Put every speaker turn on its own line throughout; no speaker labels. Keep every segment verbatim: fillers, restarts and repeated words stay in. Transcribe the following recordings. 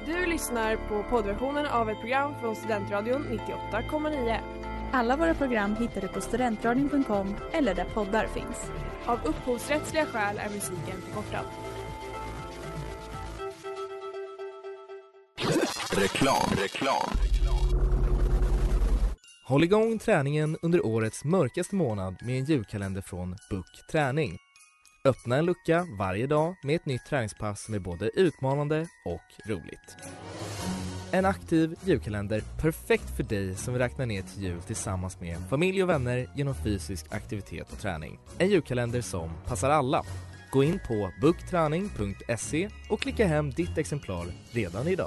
Du lyssnar på poddversionen av ett program från Studentradion nittioåtta komma nio.
Alla våra program hittar du på studentradion punkt com eller där poddar finns.
Av upphovsrättsliga skäl är musiken förkortad.
Reklam, reklam.
Håll igång träningen under årets mörkaste månad med en julkalender från Book Träning. Öppna en lucka varje dag med ett nytt träningspass som är både utmanande och roligt. En aktiv julkalender perfekt för dig som vill räkna ner till jul tillsammans med familj och vänner genom fysisk aktivitet och träning. En julkalender som passar alla. Gå in på bookträning punkt se och klicka hem ditt exemplar redan idag.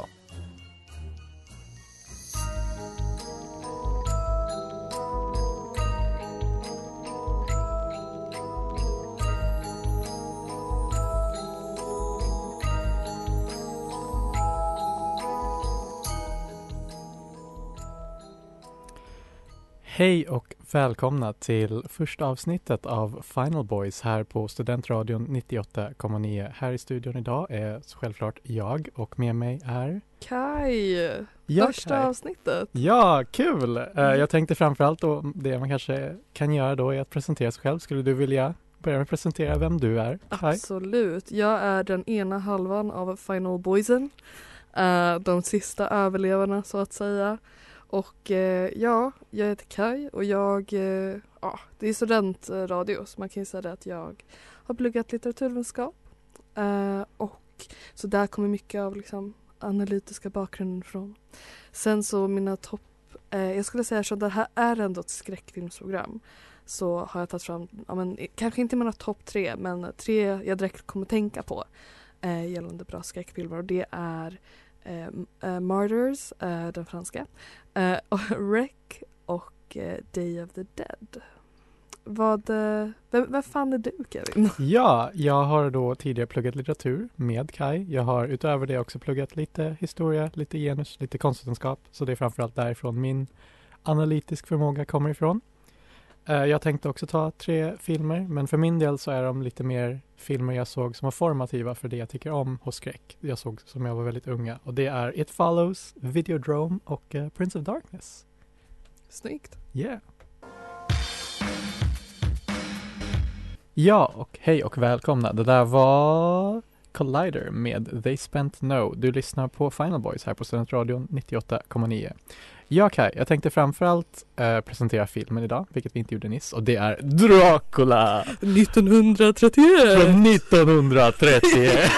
Hej och välkomna till första avsnittet av Final Boys här på Studentradion nittioåtta komma nio. Här i studion idag är självklart jag och med mig är
Kai,
ja,
första
Kai.
avsnittet.
Ja, kul! Mm. Uh, jag tänkte framförallt då, det man kanske kan göra då är att presentera sig själv. Skulle du vilja börja med att presentera vem du är, Kai?
Absolut, jag är den ena halvan av Final Boysen. Uh, de sista överlevarna så att säga. Och eh, ja, jag heter Kai och jag, eh, ja, det är studentradio så man kan ju säga att jag har pluggat litteraturvetenskap. Eh, och så där kommer mycket av liksom analytiska bakgrunden från. Sen så mina topp, eh, jag skulle säga så det här är ändå ett skräckfilmsprogram. Så har jag tagit fram, ja, men, kanske inte mina topp tre, men tre jag direkt kommer tänka på eh, gällande bra skräckfilmer. Och det är Uh, uh, Martyrs, uh, den franska, uh, och Wreck och uh, Day of the Dead. Vad, uh, vem, vem fan är du, Kevin?
Ja, jag har då tidigare pluggat litteratur med Kai. Jag har utöver det också pluggat lite historia, lite genus, lite konstvetenskap. Så det är framförallt därifrån min analytisk förmåga kommer ifrån. Uh, jag tänkte också ta tre filmer, men för min del så är de lite mer filmer jag såg som var formativa för det jag tycker om hos skräck. Jag såg som jag var väldigt unga. Och det är It Follows, Videodrome och uh, Prince of Darkness.
Snyggt.
Yeah. Ja, och hej och välkomna. Det där var Collider med They Spent No. Du lyssnar på Final Boys här på Studentradion nittioåtta komma nio. Ja, Kai, jag tänkte framförallt uh, presentera filmen idag, vilket vi inte gjorde nyss. Och det är Dracula!
nittonhundratrettioett!
Från nittonhundratrettioett!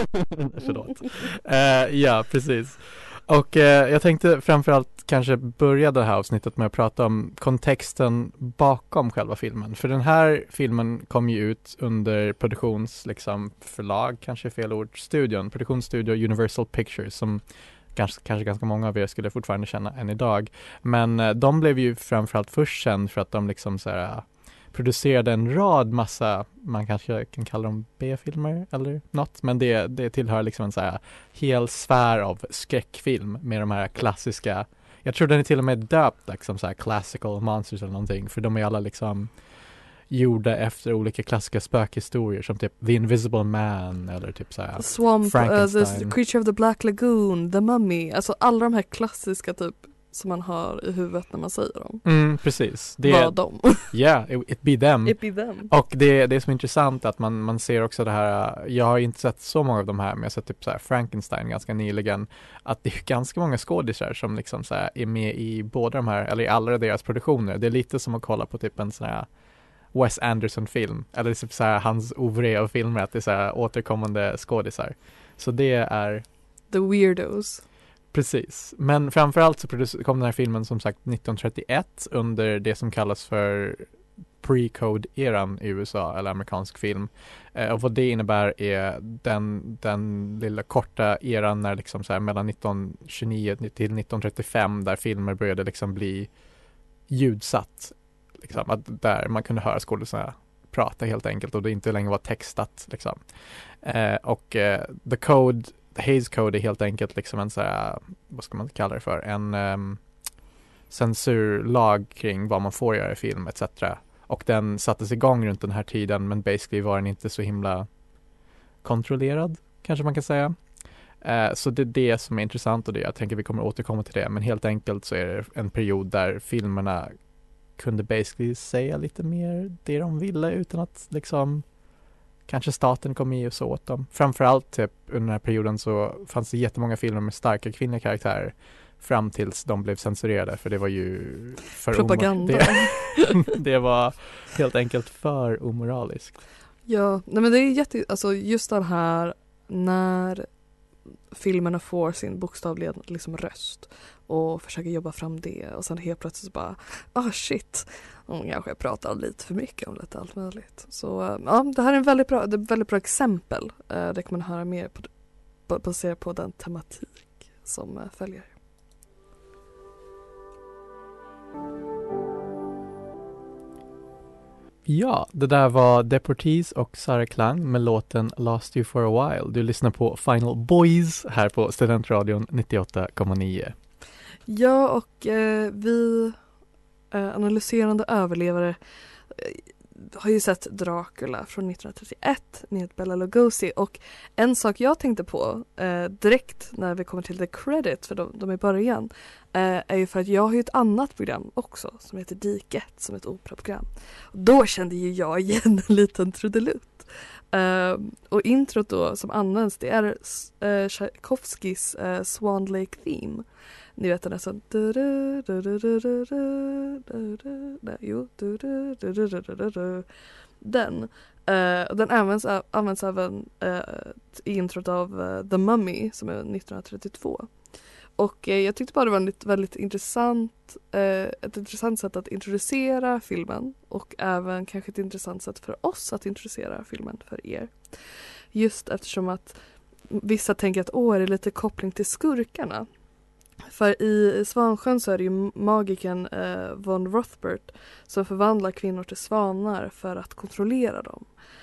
Förlåt. Uh, ja, precis. Och uh, jag tänkte framförallt kanske börja det här avsnittet med att prata om kontexten bakom själva filmen. För den här filmen kom ju ut under produktions, liksom, förlag, kanske fel ord, studion, produktionsstudio Universal Pictures som Kanske, kanske ganska många av er skulle fortfarande känna än idag. Men eh, de blev ju framförallt först känd för att de liksom så här, producerade en rad massa, man kanske kan kalla dem B-filmer eller något. Men det, det tillhör liksom en så här hel sfär av skräckfilm med de här klassiska. Jag tror den är till och med döpt liksom så här classical monsters eller någonting. För de är alla liksom gjorda efter olika klassiska spökhistorier som typ The Invisible Man eller typ så här
Swamp,
Frankenstein.
uh, The Creature of the Black Lagoon, The Mummy. Alltså alla de här klassiska typ som man har i huvudet när man säger dem.
Mm, precis. Det
var
är
de.
Yeah, it, it be them.
It be them.
Och det, det som är intressant är att man, man ser också det här, jag har inte sett så många av de här, men jag har sett typ så här Frankenstein ganska nyligen, att det är ganska många skådisar som liksom så här är med i båda de här, eller i alla deras produktioner. Det är lite som att kolla på typ en sån här Wes Anderson-film, eller typ så här hans ouvre av filmer, att det är så här återkommande skådisar. Så det är
The Weirdos.
Precis, men framförallt så kom den här filmen som sagt nittonhundratrettioett under det som kallas för pre-code-eran i U S A, eller amerikansk film. Eh, och vad det innebär är den, den lilla korta eran när liksom så här mellan nittonhundratjugonio till nittonhundratrettiofem där filmer började liksom bli ljudsatt. Liksom, att där man kunde höra skådespelarna prata helt enkelt och det inte längre var textat. Liksom. Eh, och eh, The Code, The Hays Code är helt enkelt liksom en så här, vad ska man kalla det för, en um, censurlag kring vad man får göra i film et cetera. Och den sattes igång runt den här tiden, men basically var den inte så himla kontrollerad, kanske man kan säga. Eh, så det är det som är intressant och det jag tänker vi kommer återkomma till det. Men helt enkelt så är det en period där filmerna kunde basically säga lite mer det de ville utan att liksom kanske staten kom i och så åt dem. Framförallt typ under den här perioden så fanns det jättemånga filmer med starka kvinnliga karaktärer fram tills de blev censurerade för det var ju för
propaganda.
Det, det var helt enkelt för omoraliskt.
Ja, nej men det är jätte, alltså just den här när filmerna får sin bokstavliga liksom röst och försöker jobba fram det och sen helt plötsligt så bara ah shit, och kanske jag pratar lite för mycket om lite allt möjligt. Så ja, det här är en väldigt bra, det är ett väldigt bra exempel. Eh, det kan man höra mer på, på, baserat på den tematik som eh, följer.
Ja, det där var Deportees och Sara Klang med låten Lost You For A While. Du lyssnar på Final Boys här på Studentradion nittioåtta komma nio. Ja,
och eh, vi eh, analyserande överlevare eh, har ju sett Dracula från nittonhundratrettioett med Bela Lugosi och en sak jag tänkte på eh, direkt när vi kommer till The Credit för de, de är i början eh, är ju för att jag har ju ett annat program också som heter Diket som ett operaprogram. Och då kände ju jag igen en liten trudelutt. Uh, och introt då som används det är uh, Tchaikovskys uh, Swan Lake Theme. Ni vet den är sån jo den uh, den används, uh, används även uh, i introt av uh, The Mummy som är nittonhundratrettiotvå. Och eh, jag tyckte bara det var väldigt, väldigt intressant eh, ett intressant sätt att introducera filmen och även kanske ett intressant sätt för oss att introducera filmen för er. Just eftersom att vissa tänker att åh, är det lite koppling till skurkarna. För i Svansjön så är det ju magiken eh, von Rothbart som förvandlar kvinnor till svanar för att kontrollera dem.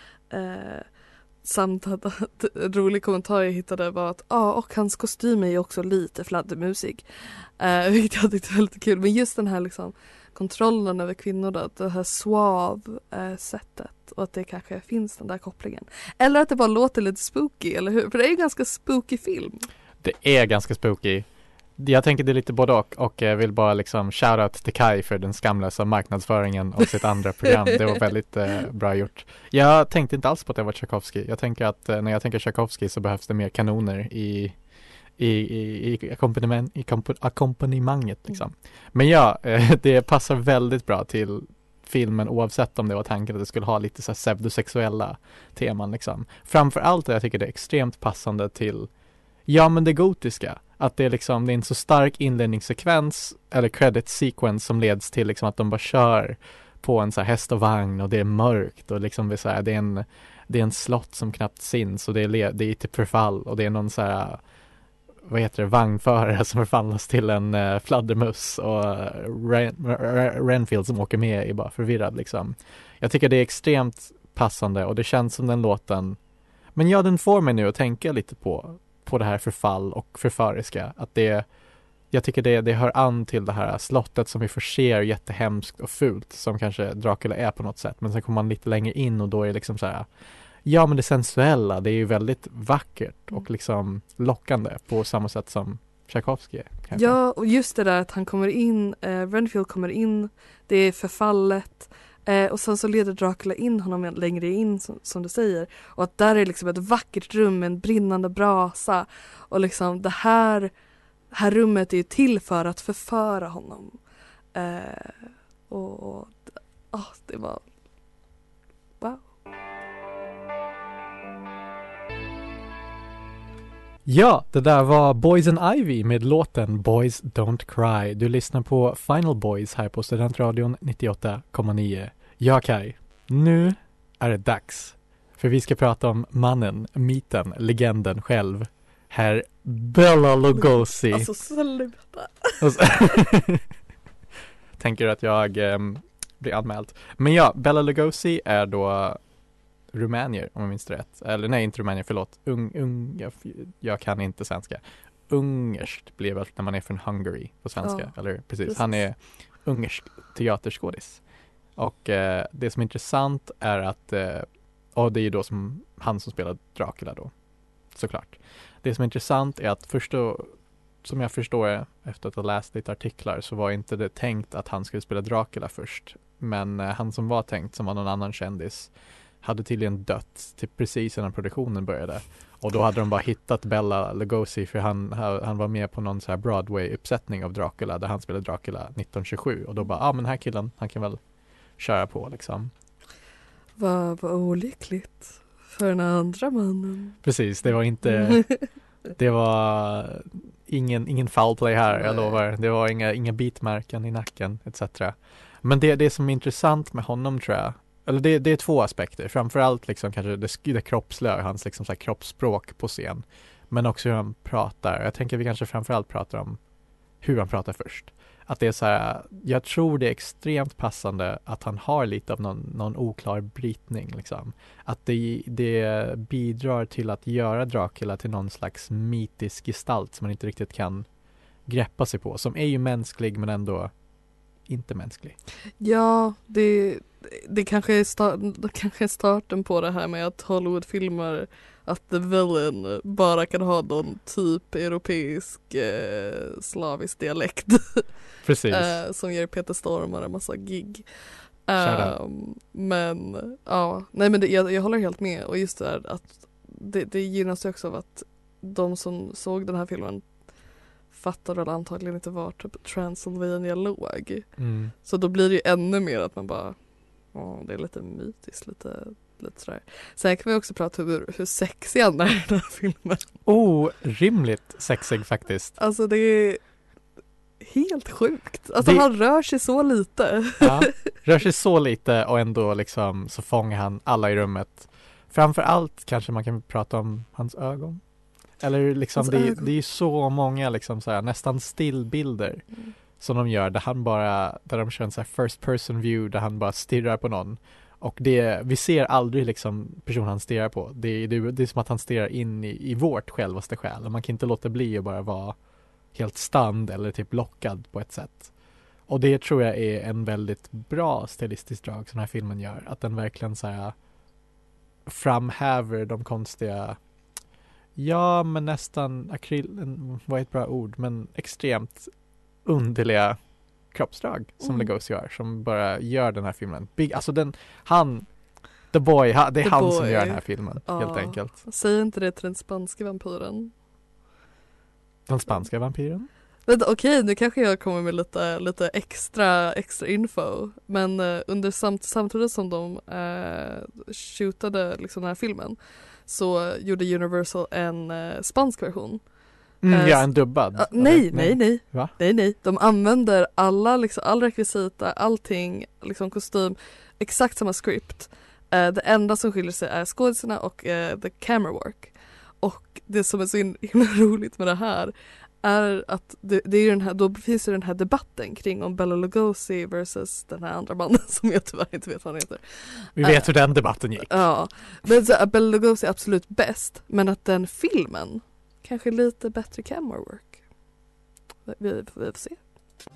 Eh, Samt att, att en rolig kommentar jag hittade var att ja, ah, och hans kostym är ju också lite fladdermusig. Eh, vilket jag tyckte var lite kul. Men just den här liksom kontrollen över kvinnor då, det här suave eh, sättet och att det kanske finns den där kopplingen. Eller att det bara låter lite spooky, eller hur? För det är ju ganska spooky film.
Det är ganska spooky. Jag tänker det är lite både och och jag vill bara liksom shoutout till Kai för den skamlösa marknadsföringen av sitt andra program. Det var väldigt eh, bra gjort. Jag tänkte inte alls på att det var Tchaikovsky. Jag tänker att eh, när jag tänker Tchaikovsky så behövs det mer kanoner i i, i, i, ackompanjement, i komp- ackompanjemanget liksom. Men ja, eh, det passar väldigt bra till filmen oavsett om det var tanken att det skulle ha lite så här pseudosexuella teman liksom. Framförallt jag tycker det är extremt passande till ja men det gotiska. Att det är liksom, det är en så stark inledningssekvens eller credit sequence som leds till liksom att de bara kör på en så här häst och vagn och det är mörkt och liksom det är, så här, det är en det är en slott som knappt syns och det är, le- det är typ förfall och det är någon så här vad heter det, vagnförare som förvandlas till en uh, fladdermus och Ren- Renfield som åker med är bara förvirrad liksom. Jag tycker det är extremt passande och det känns som den låten, men ja, den får mig nu att tänka lite på på det här förfall och förföriska. Att det, jag tycker det, det hör an till det här slottet som vi förser jättehemskt och fult som kanske Dracula är på något sätt. Men sen kommer man lite längre in och då är det liksom så här, ja men det sensuella, det är ju väldigt vackert och liksom lockande på samma sätt som Tchaikovsky är. Kanske.
Ja, och just det där att han kommer in, eh, Renfield kommer in, det är förfallet. Eh, och sen så leder Dracula in honom längre in som, som du säger. Och att där är liksom ett vackert rum med en brinnande brasa. Och liksom det här, här rummet är ju till för att förföra honom. Eh, och oh, det var wow.
Ja, det där var Boys and Ivy med låten Boys Don't Cry. Du lyssnar på Final Boys här på Studentradion nittioåtta komma nio. Ja, Kai, nu är det dags. För vi ska prata om mannen, myten, legenden själv. Herr Bela Lugosi.
Alltså sluta.
Tänker att jag um, blir anmäld. Men ja, Bela Lugosi är då rumänier om jag minns rätt. Eller nej, inte rumänier, förlåt. Ung, ung, jag, jag kan inte svenska. Ungerskt blir väl när man är från Hungary på svenska. Ja, eller precis. precis. Han är ungersk teaterskådis. Och eh, det som är intressant är att eh, och det är ju då som han som spelar Dracula då. såklart. Det som är intressant är att först då, som jag förstår det, efter att ha läst lite artiklar, så var inte det tänkt att han skulle spela Dracula först. Men eh, han som var tänkt, som var någon annan kändis, hade tydligen dött typ precis innan produktionen började. Och då hade de bara hittat Bela Lugosi, för han, han var med på någon så här Broadway-uppsättning av Dracula där han spelade Dracula nitton tjugosju. Och då bara, ja ah, men den här killen, han kan väl köra på liksom.
Vad, vad olyckligt för den andra mannen.
Precis, det var inte det var ingen, ingen foul play här, jag lovar. Det var inga, inga bitmärken i nacken et cetera. Men det, det som är intressant med honom tror jag, eller det, det är två aspekter. Framförallt liksom kanske det, det kroppsliga, hans liksom så här kroppsspråk på scen. Men också hur han pratar. Jag tänker vi kanske framförallt pratar om hur han pratar först. Att det är så här, jag tror det är extremt passande att han har lite av någon, någon oklar brytning liksom. Att det, det bidrar till att göra Dracula till någon slags mytisk gestalt som man inte riktigt kan greppa sig på. Som är ju mänsklig men ändå inte mänsklig.
Ja, det, det, kanske är start, det kanske är starten på det här med att Hollywoodfilmer, att the villain bara kan ha någon typ europeisk eh, slavisk dialekt.
Precis.
eh, som ger Peter Stormare en massa gig. Eh, men ja, nej men det, jag, jag håller helt med. Och just det där att det, det gynnas ju också av att de som såg den här filmen fattar väl antagligen inte vart typ Transylvania låg. Mm. Så då blir det ju ännu mer att man bara, åh, det är lite mytiskt, lite, lite sådär. Sen kan vi också prata om hur, hur sexig han är i den här filmen.
Oh, rimligt sexig faktiskt.
Alltså det är helt sjukt. Alltså
det...
han rör sig så lite.
Ja, rör sig så lite och ändå liksom så fångar han alla i rummet. Framförallt kanske man kan prata om hans ögon. Eller liksom det, det är så många liksom så här, nästan stillbilder mm. som de gör där han bara, där de kör en så här first person view där han bara stirrar på någon. Och det, vi ser aldrig liksom personen han stirrar på. Det, det, det är som att han stirrar in i, i vårt självaste själ. Man kan inte låta bli att bara vara helt stand eller typ lockad på ett sätt. Och det tror jag är en väldigt bra stilistisk drag som den här filmen gör. Att den verkligen så här framhäver de konstiga, ja men nästan akryl, vad är ett bra ord, men extremt underliga kroppsdrag som mm. Lugosi gör, som bara gör den här filmen. Big, alltså den, han, the boy, ha, det är the han boy. Som gör den här filmen, ja. Helt enkelt.
Säg inte det till den spanska vampyren.
Den spanska vampyren?
Okej, okay, nu kanske jag kommer med lite, lite extra, extra info. Men uh, under samt, samtidigt som de uh, shootade liksom den här filmen så gjorde Universal en uh, spansk version.
Mm, uh, ja, en dubbad.
Uh, nej, nej, nej.
Va?
Nej, nej. De använder alla, liksom, all rekvisita, allting, liksom kostym, exakt samma script. Uh, det enda som skiljer sig är skådespelarna och uh, the camera work. Och det som är så himla roligt med det här är att det, det är den här, då finns ju den här debatten kring om Bela Lugosi versus den här andra mannen som jag tyvärr inte vet vad han heter.
Vi vet uh, hur den debatten gick.
Ja, men så är Bela Lugosi absolut bäst, men att den filmen kanske lite bättre camera work. Vi, vi, vi får se.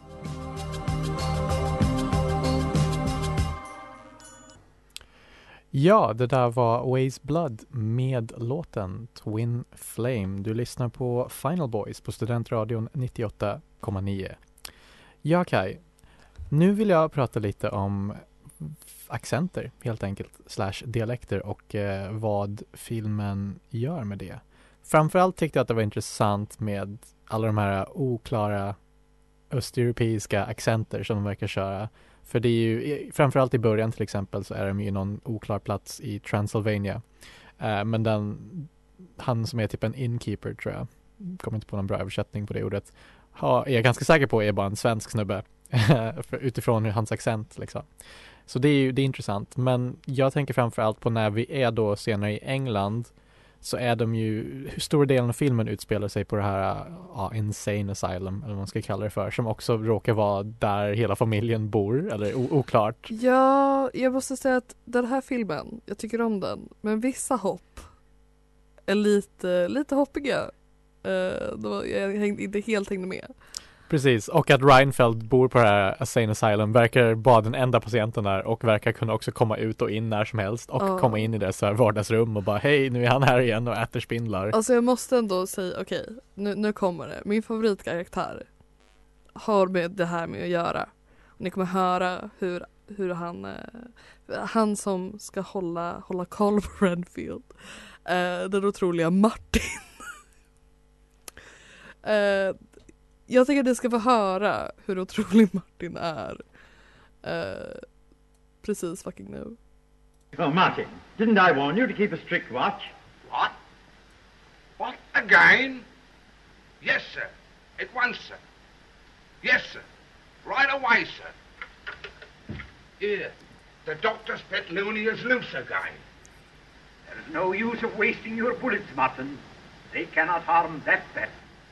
Ja, det där var Ways Blood med låten Twin Flame. Du lyssnar på Final Boys på Studentradion nittioåtta komma nio. Ja, Kai. Nu vill jag prata lite om accenter, helt enkelt, slash dialekter och eh, vad filmen gör med det. Framförallt tyckte jag att det var intressant med alla de här oklara östeuropeiska accenter som de verkar köra. För det är ju, framförallt i början till exempel så är de ju någon oklar plats i Transylvania. Uh, men den, han som är typ en innkeeper tror jag, kommer inte på någon bra översättning på det ordet, ha, är jag ganska säker på är bara en svensk snubbe utifrån hans accent liksom. Så det är ju det är intressant. Men jag tänker framförallt på när vi är då senare i England, så är de ju, hur stor delen av filmen utspelar sig på det här ja, insane asylum, eller vad man ska kalla det för, som också råkar vara där hela familjen bor, eller o- oklart.
Ja, jag måste säga att den här filmen, jag tycker om den, men vissa hopp är lite, lite hoppiga. Uh, då, jag hängde inte helt hängde med.
Precis, och att Reinfeldt bor på det här Insane Asylum verkar vara den enda patienten där och verkar kunna också komma ut och in när som helst och
Ja.
komma in i deras vardagsrum och bara hej, nu är han här igen och äter spindlar.
Alltså jag måste ändå säga, okej, nu, nu kommer det. Min favoritkaraktär har med det här med att göra. Och ni kommer höra hur, hur han, eh, han som ska hålla, hålla koll på Renfield, eh, den otroliga Martin. eh, jag tycker att ni ska få höra hur otrolig Martin är. Eh, precis fucking nu.
Oh, Martin, didn't I warn you to keep a strict watch?
What? What again? Yes, sir. At once, sir. Yes, sir. Right away, sir. Here, the doctor's pet loony is loose again.
There's no use of wasting your bullets, Martin. They cannot harm that pet.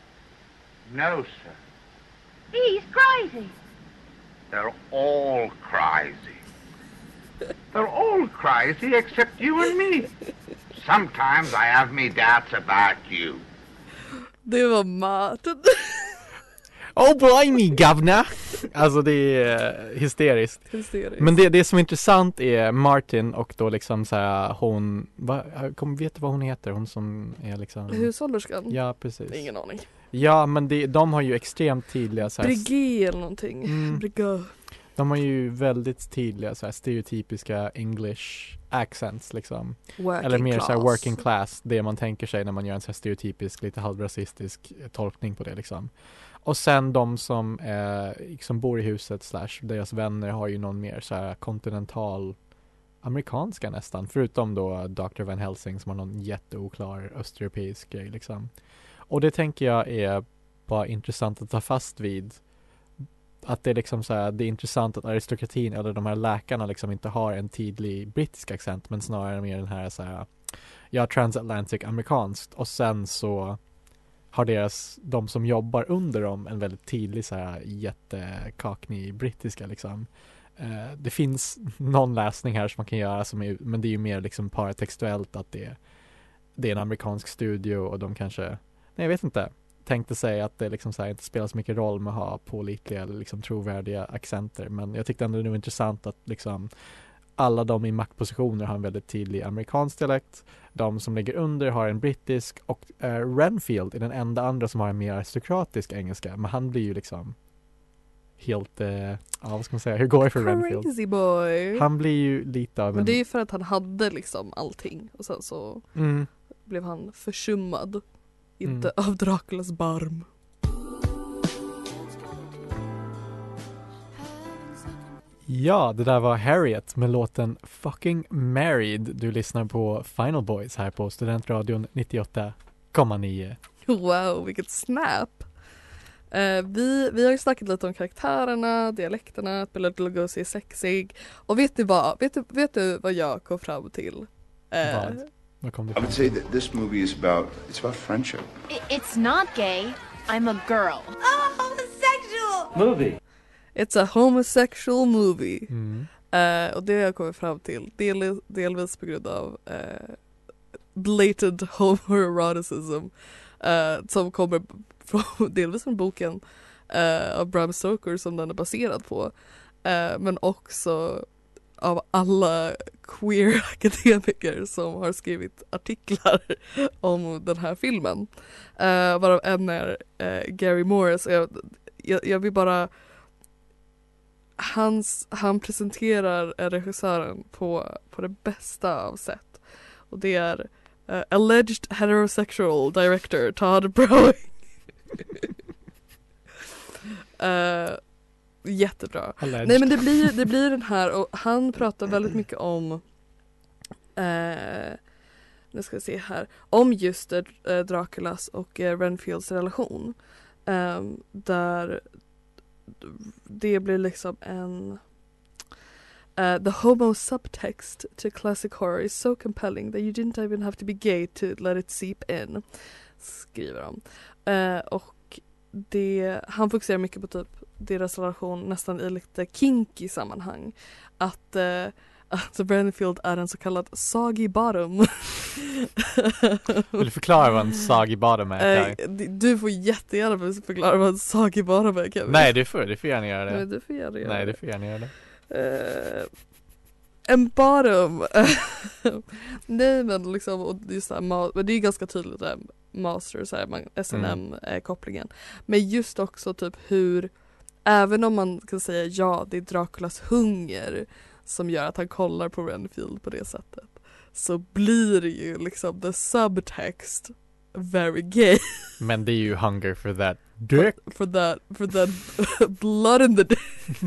No, sir.
He's crazy.
They're all crazy. They're all crazy except you and me. Sometimes I have me doubts about you.
Det var Martin.
Oh boy me governor! Alltså det är uh, hysteriskt.
Hysteriskt.
Men det, det som är intressant är Martin och då liksom så här hon, va, kom, vet du vad hon heter? Hon som är liksom...
Hushållerskan?
Ja, precis.
Ingen aning.
Ja, men det, de har ju extremt tydliga så här,
Brigé eller någonting.
Mm.
Brigö.
de har ju väldigt tydliga så här, stereotypiska English accents liksom.
Working
Eller mer
class.
så här working class, det man tänker sig när man gör en så här stereotypisk, lite halvrasistisk tolkning på det liksom. Och sen de som eh, liksom bor i huset slash deras vänner har ju någon mer så här kontinental amerikanska nästan, förutom då doktor Van Helsing som har någon jätteoklar östeuropeisk grej liksom. Och det tänker jag är bara intressant att ta fast vid, att det är liksom så här, det är intressant att aristokratin eller de här läkarna liksom inte har en tydlig brittisk accent, men snarare mer den här så här, ja, transatlantic amerikanskt, och sen så har deras, de som jobbar under dem en väldigt tydlig så här jättekaknig brittiska liksom. Eh, det finns någon läsning här som man kan göra som är, men det är ju mer liksom paratextuellt att det, det är en amerikansk studio och de kanske, nej jag vet inte, tänkte säga att det liksom så här inte spelar så mycket roll med att ha pålitliga eller liksom trovärdiga accenter, men jag tyckte ändå det var intressant att liksom alla de i maktpositioner har en väldigt tydlig amerikansk dialekt, de som ligger under har en brittisk, och uh, Renfield är den enda andra som har en mer aristokratisk engelska, men han blir ju liksom helt, uh, ja vad ska man säga, hur går det för Renfield?
Crazy boy.
Han blir ju lite av en...
Men det är ju för att han hade liksom allting och sen så
Mm.
blev han försummad. Inte
Mm.
av Draculas barm.
Ja, det där var Harriet med låten Fucking Married. Du lyssnar på Final Boys här på Studentradion nittioåtta komma nio.
Wow, vilket snap! Eh, vi, vi har ju snackat lite om karaktärerna, dialekterna, att Bela Lugosi är sexig. Och vet du vad? Vet du, vet du vad jag kom fram till? Eh,
Vad? Vad kom det
I
fram?
would say that this movie is about it's about friendship.
I- it's not gay. I'm a girl. Oh, homosexual!
Movie.
It's a homosexual movie.
Mm.
Eh, och det har jag kommit fram till del, delvis på grund av eh, blatant homoeroticism eh, som kommer från, delvis från boken eh, av Bram Stoker som den är baserad på, eh, men också av alla queer akademiker som har skrivit artiklar om den här filmen, eh, varav en är eh, Gary Morris. Jag, jag, jag vill bara Hans, han presenterar regissören på, på det bästa av sätt. Och det är uh, alleged heterosexual director Todd Browning. uh, jättebra.
Alleged.
Nej men det blir, det blir den här, och han pratar väldigt mycket om uh, nu ska vi se här, om just uh, Draculas och uh, Renfields relation. Um, där det blir liksom en uh, the homo subtext to classic horror is so compelling that you didn't even have to be gay to let it seep in, skriver de. Uh, och det, han fokuserar mycket på typ deras relation nästan i lite kinky sammanhang, att, uh, att Renfield är en så kallad soggy bottom.
Vill du förklara vad en soggy bottom är?
Eh, du får jättegärna förklara vad en soggy bottom är, Kevin.
Nej, du får, du får gärna göra det.
Nej, du får gärna göra
Nej,
det.
du får gärna göra det.
Uh, en bottom. Nej, men liksom, och just det, här, ma- men det är ganska tydligt där, master, så här, man, S and M
Mm.
är kopplingen. Men just också typ hur, även om man kan säga ja, det är Draculas hunger som gör att han kollar på Renfield på det sättet, så blir det ju liksom the subtext very gay.
Men det är ju hunger for that dick.
For that, for that blood in the dick.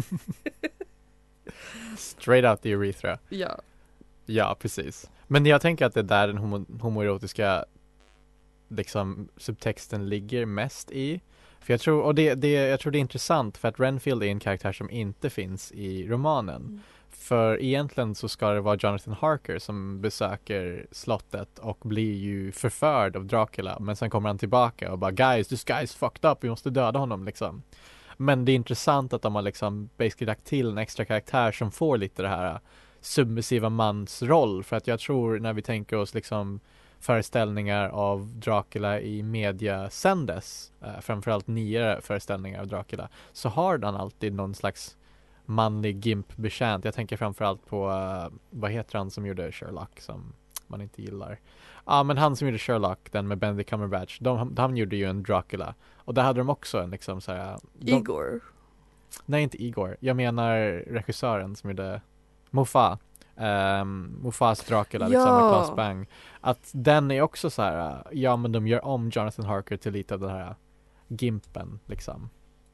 Straight out the urethra.
Ja.
Ja, precis. Men jag tänker att det är där den homo- homoerotiska liksom subtexten ligger mest i. För jag tror, och det, det, jag tror det är intressant för att Renfield är en karaktär som inte finns i romanen.
Mm.
För egentligen så ska det vara Jonathan Harker som besöker slottet och blir ju förförd av Dracula. Men sen kommer han tillbaka och bara guys, this guy is fucked up, vi måste döda honom liksom. Men det är intressant att de har liksom basically lagt till en extra karaktär som får lite det här submissiva mansroll. För att jag tror när vi tänker oss liksom föreställningar av Dracula i media sen dess, eh, framförallt nyare föreställningar av Dracula, så har han alltid någon slags manlig gimp-betjänt. Jag tänker framförallt på, uh, vad heter han som gjorde Sherlock som man inte gillar? Ja, ah, men han som gjorde Sherlock, den med Benedict Cumberbatch, de, de gjorde ju en Dracula. Och där hade de också en liksom såhär... De,
Igor.
Nej, inte Igor. Jag menar regissören som gjorde Moffat. Um, Moffats Dracula,
Ja.
liksom med Claes Bang. Att den är också så här, ja men de gör om Jonathan Harker till lite av den här gimpen liksom.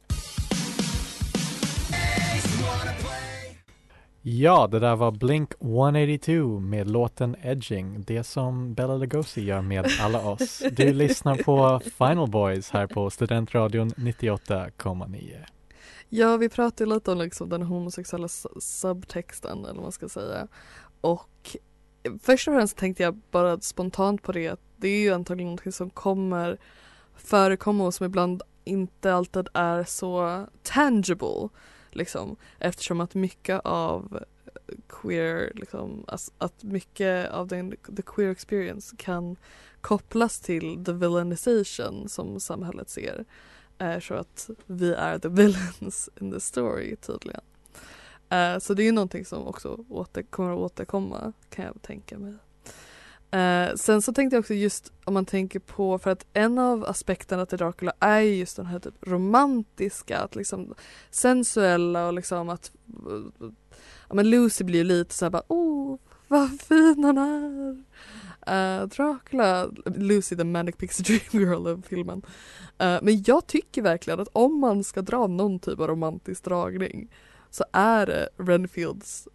Ja, det där var Blink one eighty-two med låten Edging. Det som Bela Lugosi gör med alla oss. Du lyssnar på Final Boys här på Studentradion nittioåtta komma nio.
Ja, vi pratade lite om liksom den homosexuella su- subtexten, eller vad man ska säga. Och först och främst tänkte jag bara spontant på det, att det är ju antagligen något som kommer förekomma och som ibland inte alltid är så tangible. Liksom, eftersom att mycket av queer, liksom, alltså, att mycket av den, the queer experience kan kopplas till the villainization som samhället ser. Är så att vi är the villains in the story tydligen. Uh, så det är ju någonting som också åter, kommer att återkomma, kan jag tänka mig. Uh, sen så tänkte jag också just om man tänker på, för att en av aspekterna till Dracula är just den här typ romantiska, att liksom sensuella och liksom att uh, ja, men Lucy blir ju lite såhär bara, oh vad fin han är. Uh, Dracula, Lucy the Manic Pixie Dream Girl av filmen. Uh, men jag tycker verkligen att om man ska dra någon typ av romantisk dragning så är det Renfields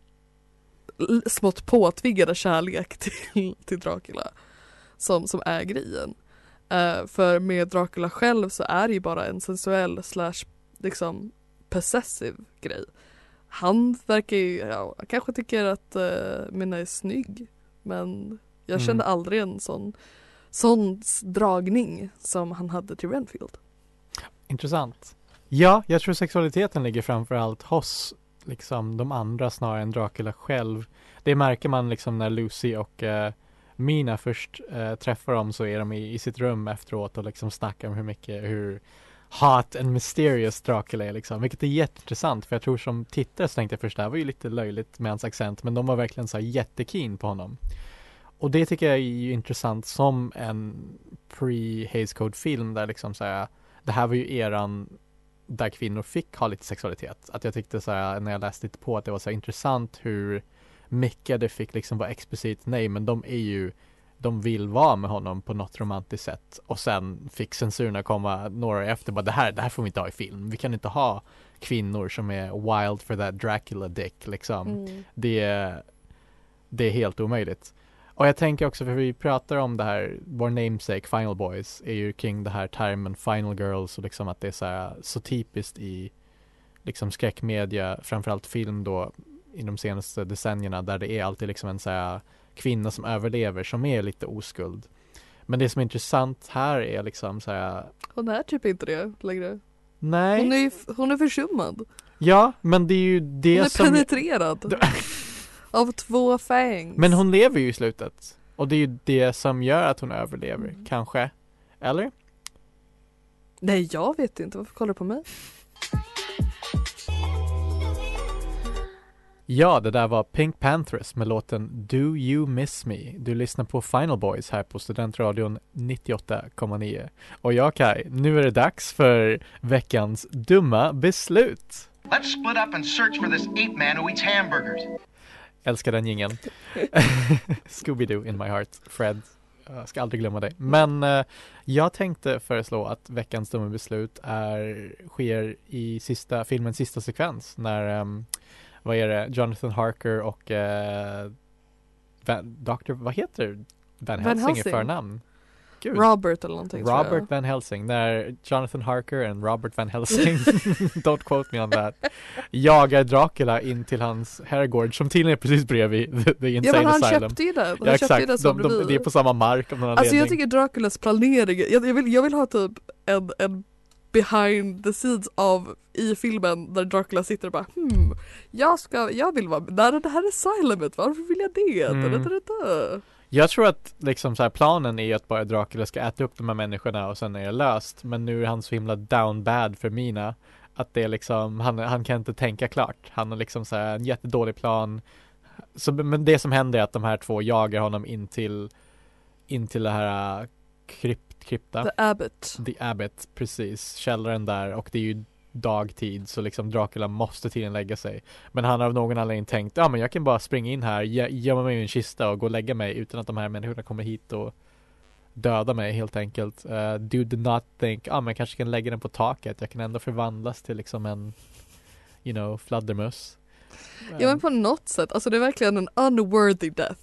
l- smått påtvingade kärlek till, till Dracula som, som är grejen. Uh, för med Dracula själv så är det ju bara en sensuell slash liksom possessive grej. Han verkar ju, ja, kanske tycker att uh, Minna är snygg, men jag
Mm.
kände aldrig en sån sån dragning som han hade till Renfield.
Intressant. Ja, jag tror sexualiteten ligger framförallt hos liksom de andra snarare än Dracula själv. Det märker man liksom när Lucy och uh, Mina först uh, träffar dem, så är de i, i sitt rum efteråt och liksom snackar om hur mycket, hur hot and mysterious Dracula är liksom, vilket är jätteintressant, för jag tror som tittare så tänkte jag först det här var ju lite löjligt med hans accent, men de var verkligen så här jättekeen på honom. Och det tycker jag är ju intressant som en pre-Hays Code-film där liksom så här, det här var ju eran där kvinnor fick ha lite sexualitet. Att jag tyckte så här, när jag läste lite på, att det var så här intressant hur mycket det fick liksom vara explicit, nej men de är ju, de vill vara med honom på något romantiskt sätt, och sen fick censurerna komma några efter, bara det här, det här får vi inte ha i film, vi kan inte ha kvinnor som är wild for that Dracula dick liksom.
Mm.
Det är, det är helt omöjligt. Och jag tänker också, för vi pratar om det här, vår namesake Final Boys är ju kring det här termen Final Girls, och liksom att det är så här, så typiskt i liksom skräckmedia, framförallt film då i de senaste decennierna, där det är alltid liksom en så här kvinna som överlever som är lite oskuld. Men det som är intressant här är liksom så här,
Hon är typ inte det längre.
nej.
Hon är, hon är försummad.
Ja, men det är ju det
Hon är
som
penetrerad. av två fangs.
Men hon lever ju i slutet. Och det är ju det som gör att hon överlever,
Mm.
kanske. Eller?
Nej, jag vet inte. Varför kollar du på mig?
Ja, det där var Pink Panthers med låten Do You Miss Me. Du lyssnar på Final Boys här på Studentradion nittioåtta komma nio. Och jag Kai, nu är det dags för veckans dumma beslut.
Let's split up and search for this ape man who eats hamburgers.
Älskar den jingeln. Scooby-Doo in my heart, Fred. Jag ska aldrig glömma dig. Men eh, jag tänkte föreslå att veckans dumma beslut är, sker i sista filmens sista sekvens när um, vad är det? Jonathan Harker och eh, Van, doktor, vad heter Van Helsing, Van Helsing. i förnamn? Gud.
Robert eller någonting.
Robert Van Helsing, när Jonathan Harker och Robert Van Helsing, don't quote me on that, jagar Dracula in till hans herrgård som tydligen är precis bredvid The, the Insane
ja, men han
Asylum.
Köpte ju det. Han
ja,
köpte ju
exakt,
det
de, de, de är på samma mark. Om någon
alltså
anledning.
jag tycker Draculas planering, jag, jag, vill, jag vill ha typ en, en behind the scenes av i filmen där Dracula sitter och bara hmm, jag ska, jag vill vara där det här är asylumet, varför vill jag det? Mm. Da, da, da, da.
Jag tror att liksom så här, planen är att bara Dracula ska äta upp de här människorna och sen är det löst, men nu är han så himla down bad för Mina att det är liksom, han, han kan inte tänka klart, han har liksom så här en jättedålig plan, så, men det som händer är att de här två jagar honom in till in till det här krypt, krypta
The Abbot
The Abbot, precis, källaren där, och det är ju dagtid så liksom Dracula måste tydligen lägga sig, men han har av någon anledning tänkt, ja men jag kan bara springa in här, gömma mig i en kista och gå och lägga mig utan att de här människorna kommer hit och döda mig helt enkelt. uh, do did not think, ja men jag kanske kan lägga den på taket, jag kan ändå förvandlas till liksom en you know, fladdermöss.
Ja men på något sätt, alltså det är verkligen en unworthy death.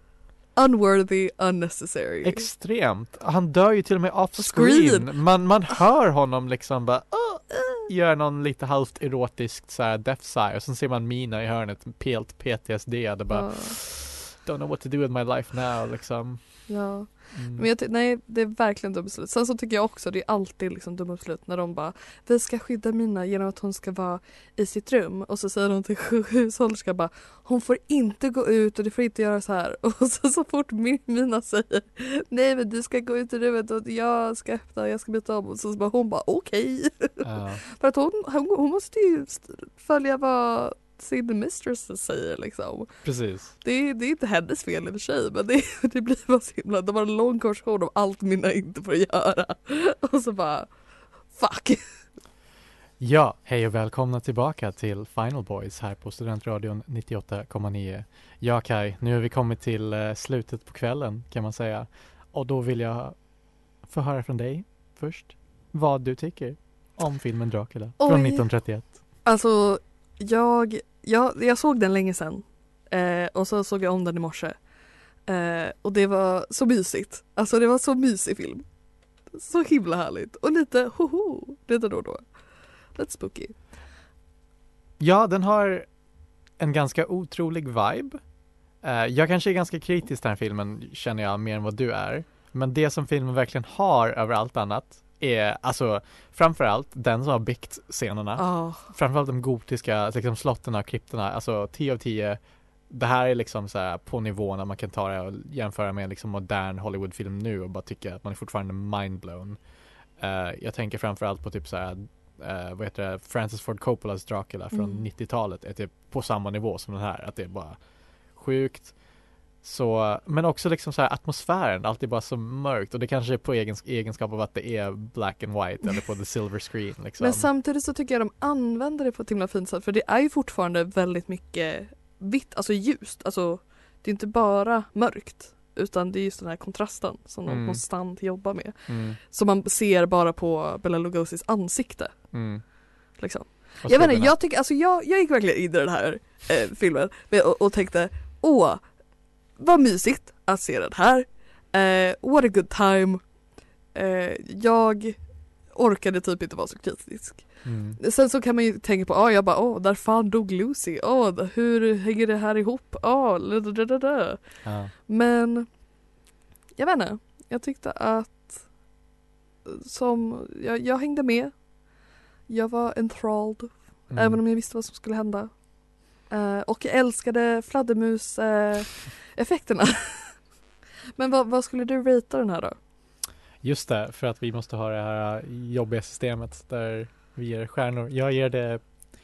Unworthy, unnecessary.
Extremt. Han dör ju till och med off screen. screen. Man, man hör honom liksom bara oh, uh, gör någon lite halvt erotiskt så här death sigh och sen ser man Mina i hörnet helt P T S D. Det bara uh. don't know what to do with my life now liksom.
Ja. Mm. Men jag ty- nej, det är verkligen dumma beslut. Sen så tycker jag också det är alltid liksom dumma beslut när de bara vi ska skydda Mina genom att hon ska vara i sitt rum och så säger de till hushållerska bara hon får inte gå ut och du får inte göra så här och så, så fort Mina säger nej men du ska gå ut i rummet och jag ska öppna jag ska byta om och så bara hon bara okej okay. uh. för att hon, hon, hon måste ju följa vad sin mistress säger liksom.
Precis.
Det, det är inte hennes fel i och för sig, men det, det blir bara så himla, det var en lång konversation om allt Mina inte får göra. Och så bara, fuck.
Ja, hej och välkomna tillbaka till Final Boys här på Studentradion nittioåtta komma nio. Ja Kai, nu har vi kommit till uh, slutet på kvällen kan man säga. Och då vill jag få höra från dig först vad du tycker om filmen Dracula Oj. från nittonhundratrettioett.
Alltså, jag, jag, jag såg den länge sedan eh, och så såg jag om den i morse eh, och det var så mysigt, alltså det var så mysig film, så himla härligt och lite hoho, lite då och då, lite spooky.
Ja, den har en ganska otrolig vibe. eh, jag kanske är ganska kritisk till den här filmen känner jag mer än vad du är, men det som filmen verkligen har över allt annat är alltså framförallt den som har byggt scenerna.
Oh.
Framförallt de gotiska liksom slotterna och kryptorna. Alltså tio av tio. Det här är liksom så här på nivån när man kan ta det och jämföra med en liksom modern Hollywoodfilm nu och bara tycka att man är fortfarande mindblown. Uh, jag tänker framförallt på typ så här uh, vad heter det? Francis Ford Coppolas Dracula från mm. nittiotalet är typ på samma nivå som den här. Att det är bara sjukt. Så, men också liksom så här atmosfären, allt är bara så mörkt och det kanske är på egen, egenskap av att det är black and white eller på the silver screen liksom.
Men samtidigt så tycker jag de använder det på ett himla fint sätt för det är ju fortfarande väldigt mycket vitt, alltså ljust, alltså det är inte bara mörkt utan det är just den här kontrasten som mm. de konstant jobbar med mm. som man ser bara på Bela Lugosi's ansikte mm. liksom. Jag vet inte, jag tycker, alltså jag, jag gick verkligen in i den här eh, filmen och, och tänkte, åh vad mysigt att se den här. Uh, what a good time. Uh, jag orkade typ inte vara så kritisk. Mm. Sen så kan man ju tänka på, ah, jag bara, åh, oh, där fan dog Lucy. Åh, oh, hur hänger det här ihop? Åh, oh, ja. Men jag vet inte. Jag tyckte att som, jag, jag hängde med. Jag var enthralled. Mm. Även om jag visste vad som skulle hända. Uh, och jag älskade fladdermus-effekterna. Uh, Men vad, vad skulle du rata den här då?
Just det, för att vi måste ha det här jobbiga systemet där vi ger stjärnor. Jag ger det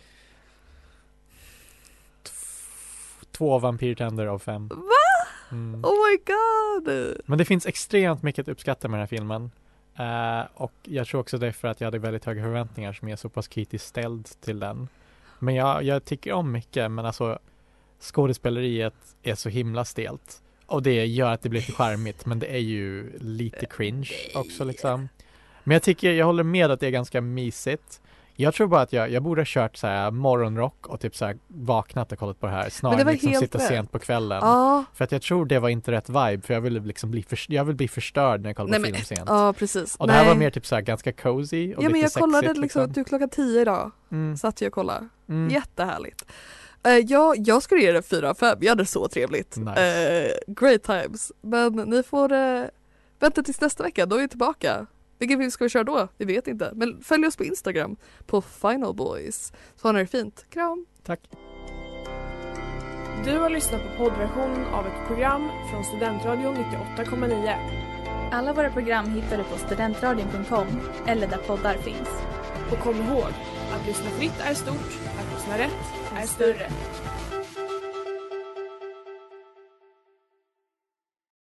t- två vampyrtänder av fem.
Va?
Mm.
Oh my god!
Men det finns extremt mycket att uppskatta med den här filmen. Uh, och jag tror också det är för att jag hade väldigt höga förväntningar som är så pass kritiskt ställd till den. Men jag, jag tycker om mycket, men alltså skådespeleriet är så himla stelt. Och det gör att det blir lite charmigt, men det är ju lite cringe också liksom. Men jag tycker, jag håller med att det är ganska mysigt. Jag tror bara att jag, jag borde ha kört så här morgonrock och typ så här vaknat och kollat på det här snarare än liksom sitta rätt. Sent på kvällen.
Ja.
För att jag tror det var inte rätt vibe, för jag ville liksom bli, för, jag vill bli förstörd när jag kollar Nej, på film men, sent.
Ja, precis.
Och
Nej.
det här var mer typ så här ganska cozy och
ja,
lite
men jag
sexigt.
kollade liksom,
liksom.
Du klockan tio idag.
Mm.
Satt jag och kollade.
Mm.
Jättehärligt. Uh, ja, jag skulle ge det fyra av fem. Jag hade så trevligt.
Nice.
Uh, great times. Men ni får uh, vänta tills nästa vecka. Då är vi tillbaka. Vilken film ska vi köra då? Vi vet inte. Men följ oss på Instagram på Final Boys. Så har ni det fint. Kram.
Tack.
Du har lyssnat på poddversion av ett program från Studentradion nittioåtta komma nio.
Alla våra program hittar du på studentradion punkt com eller där poddar finns.
Och kom ihåg, att lyssna fritt är stort, att lyssna rätt är större.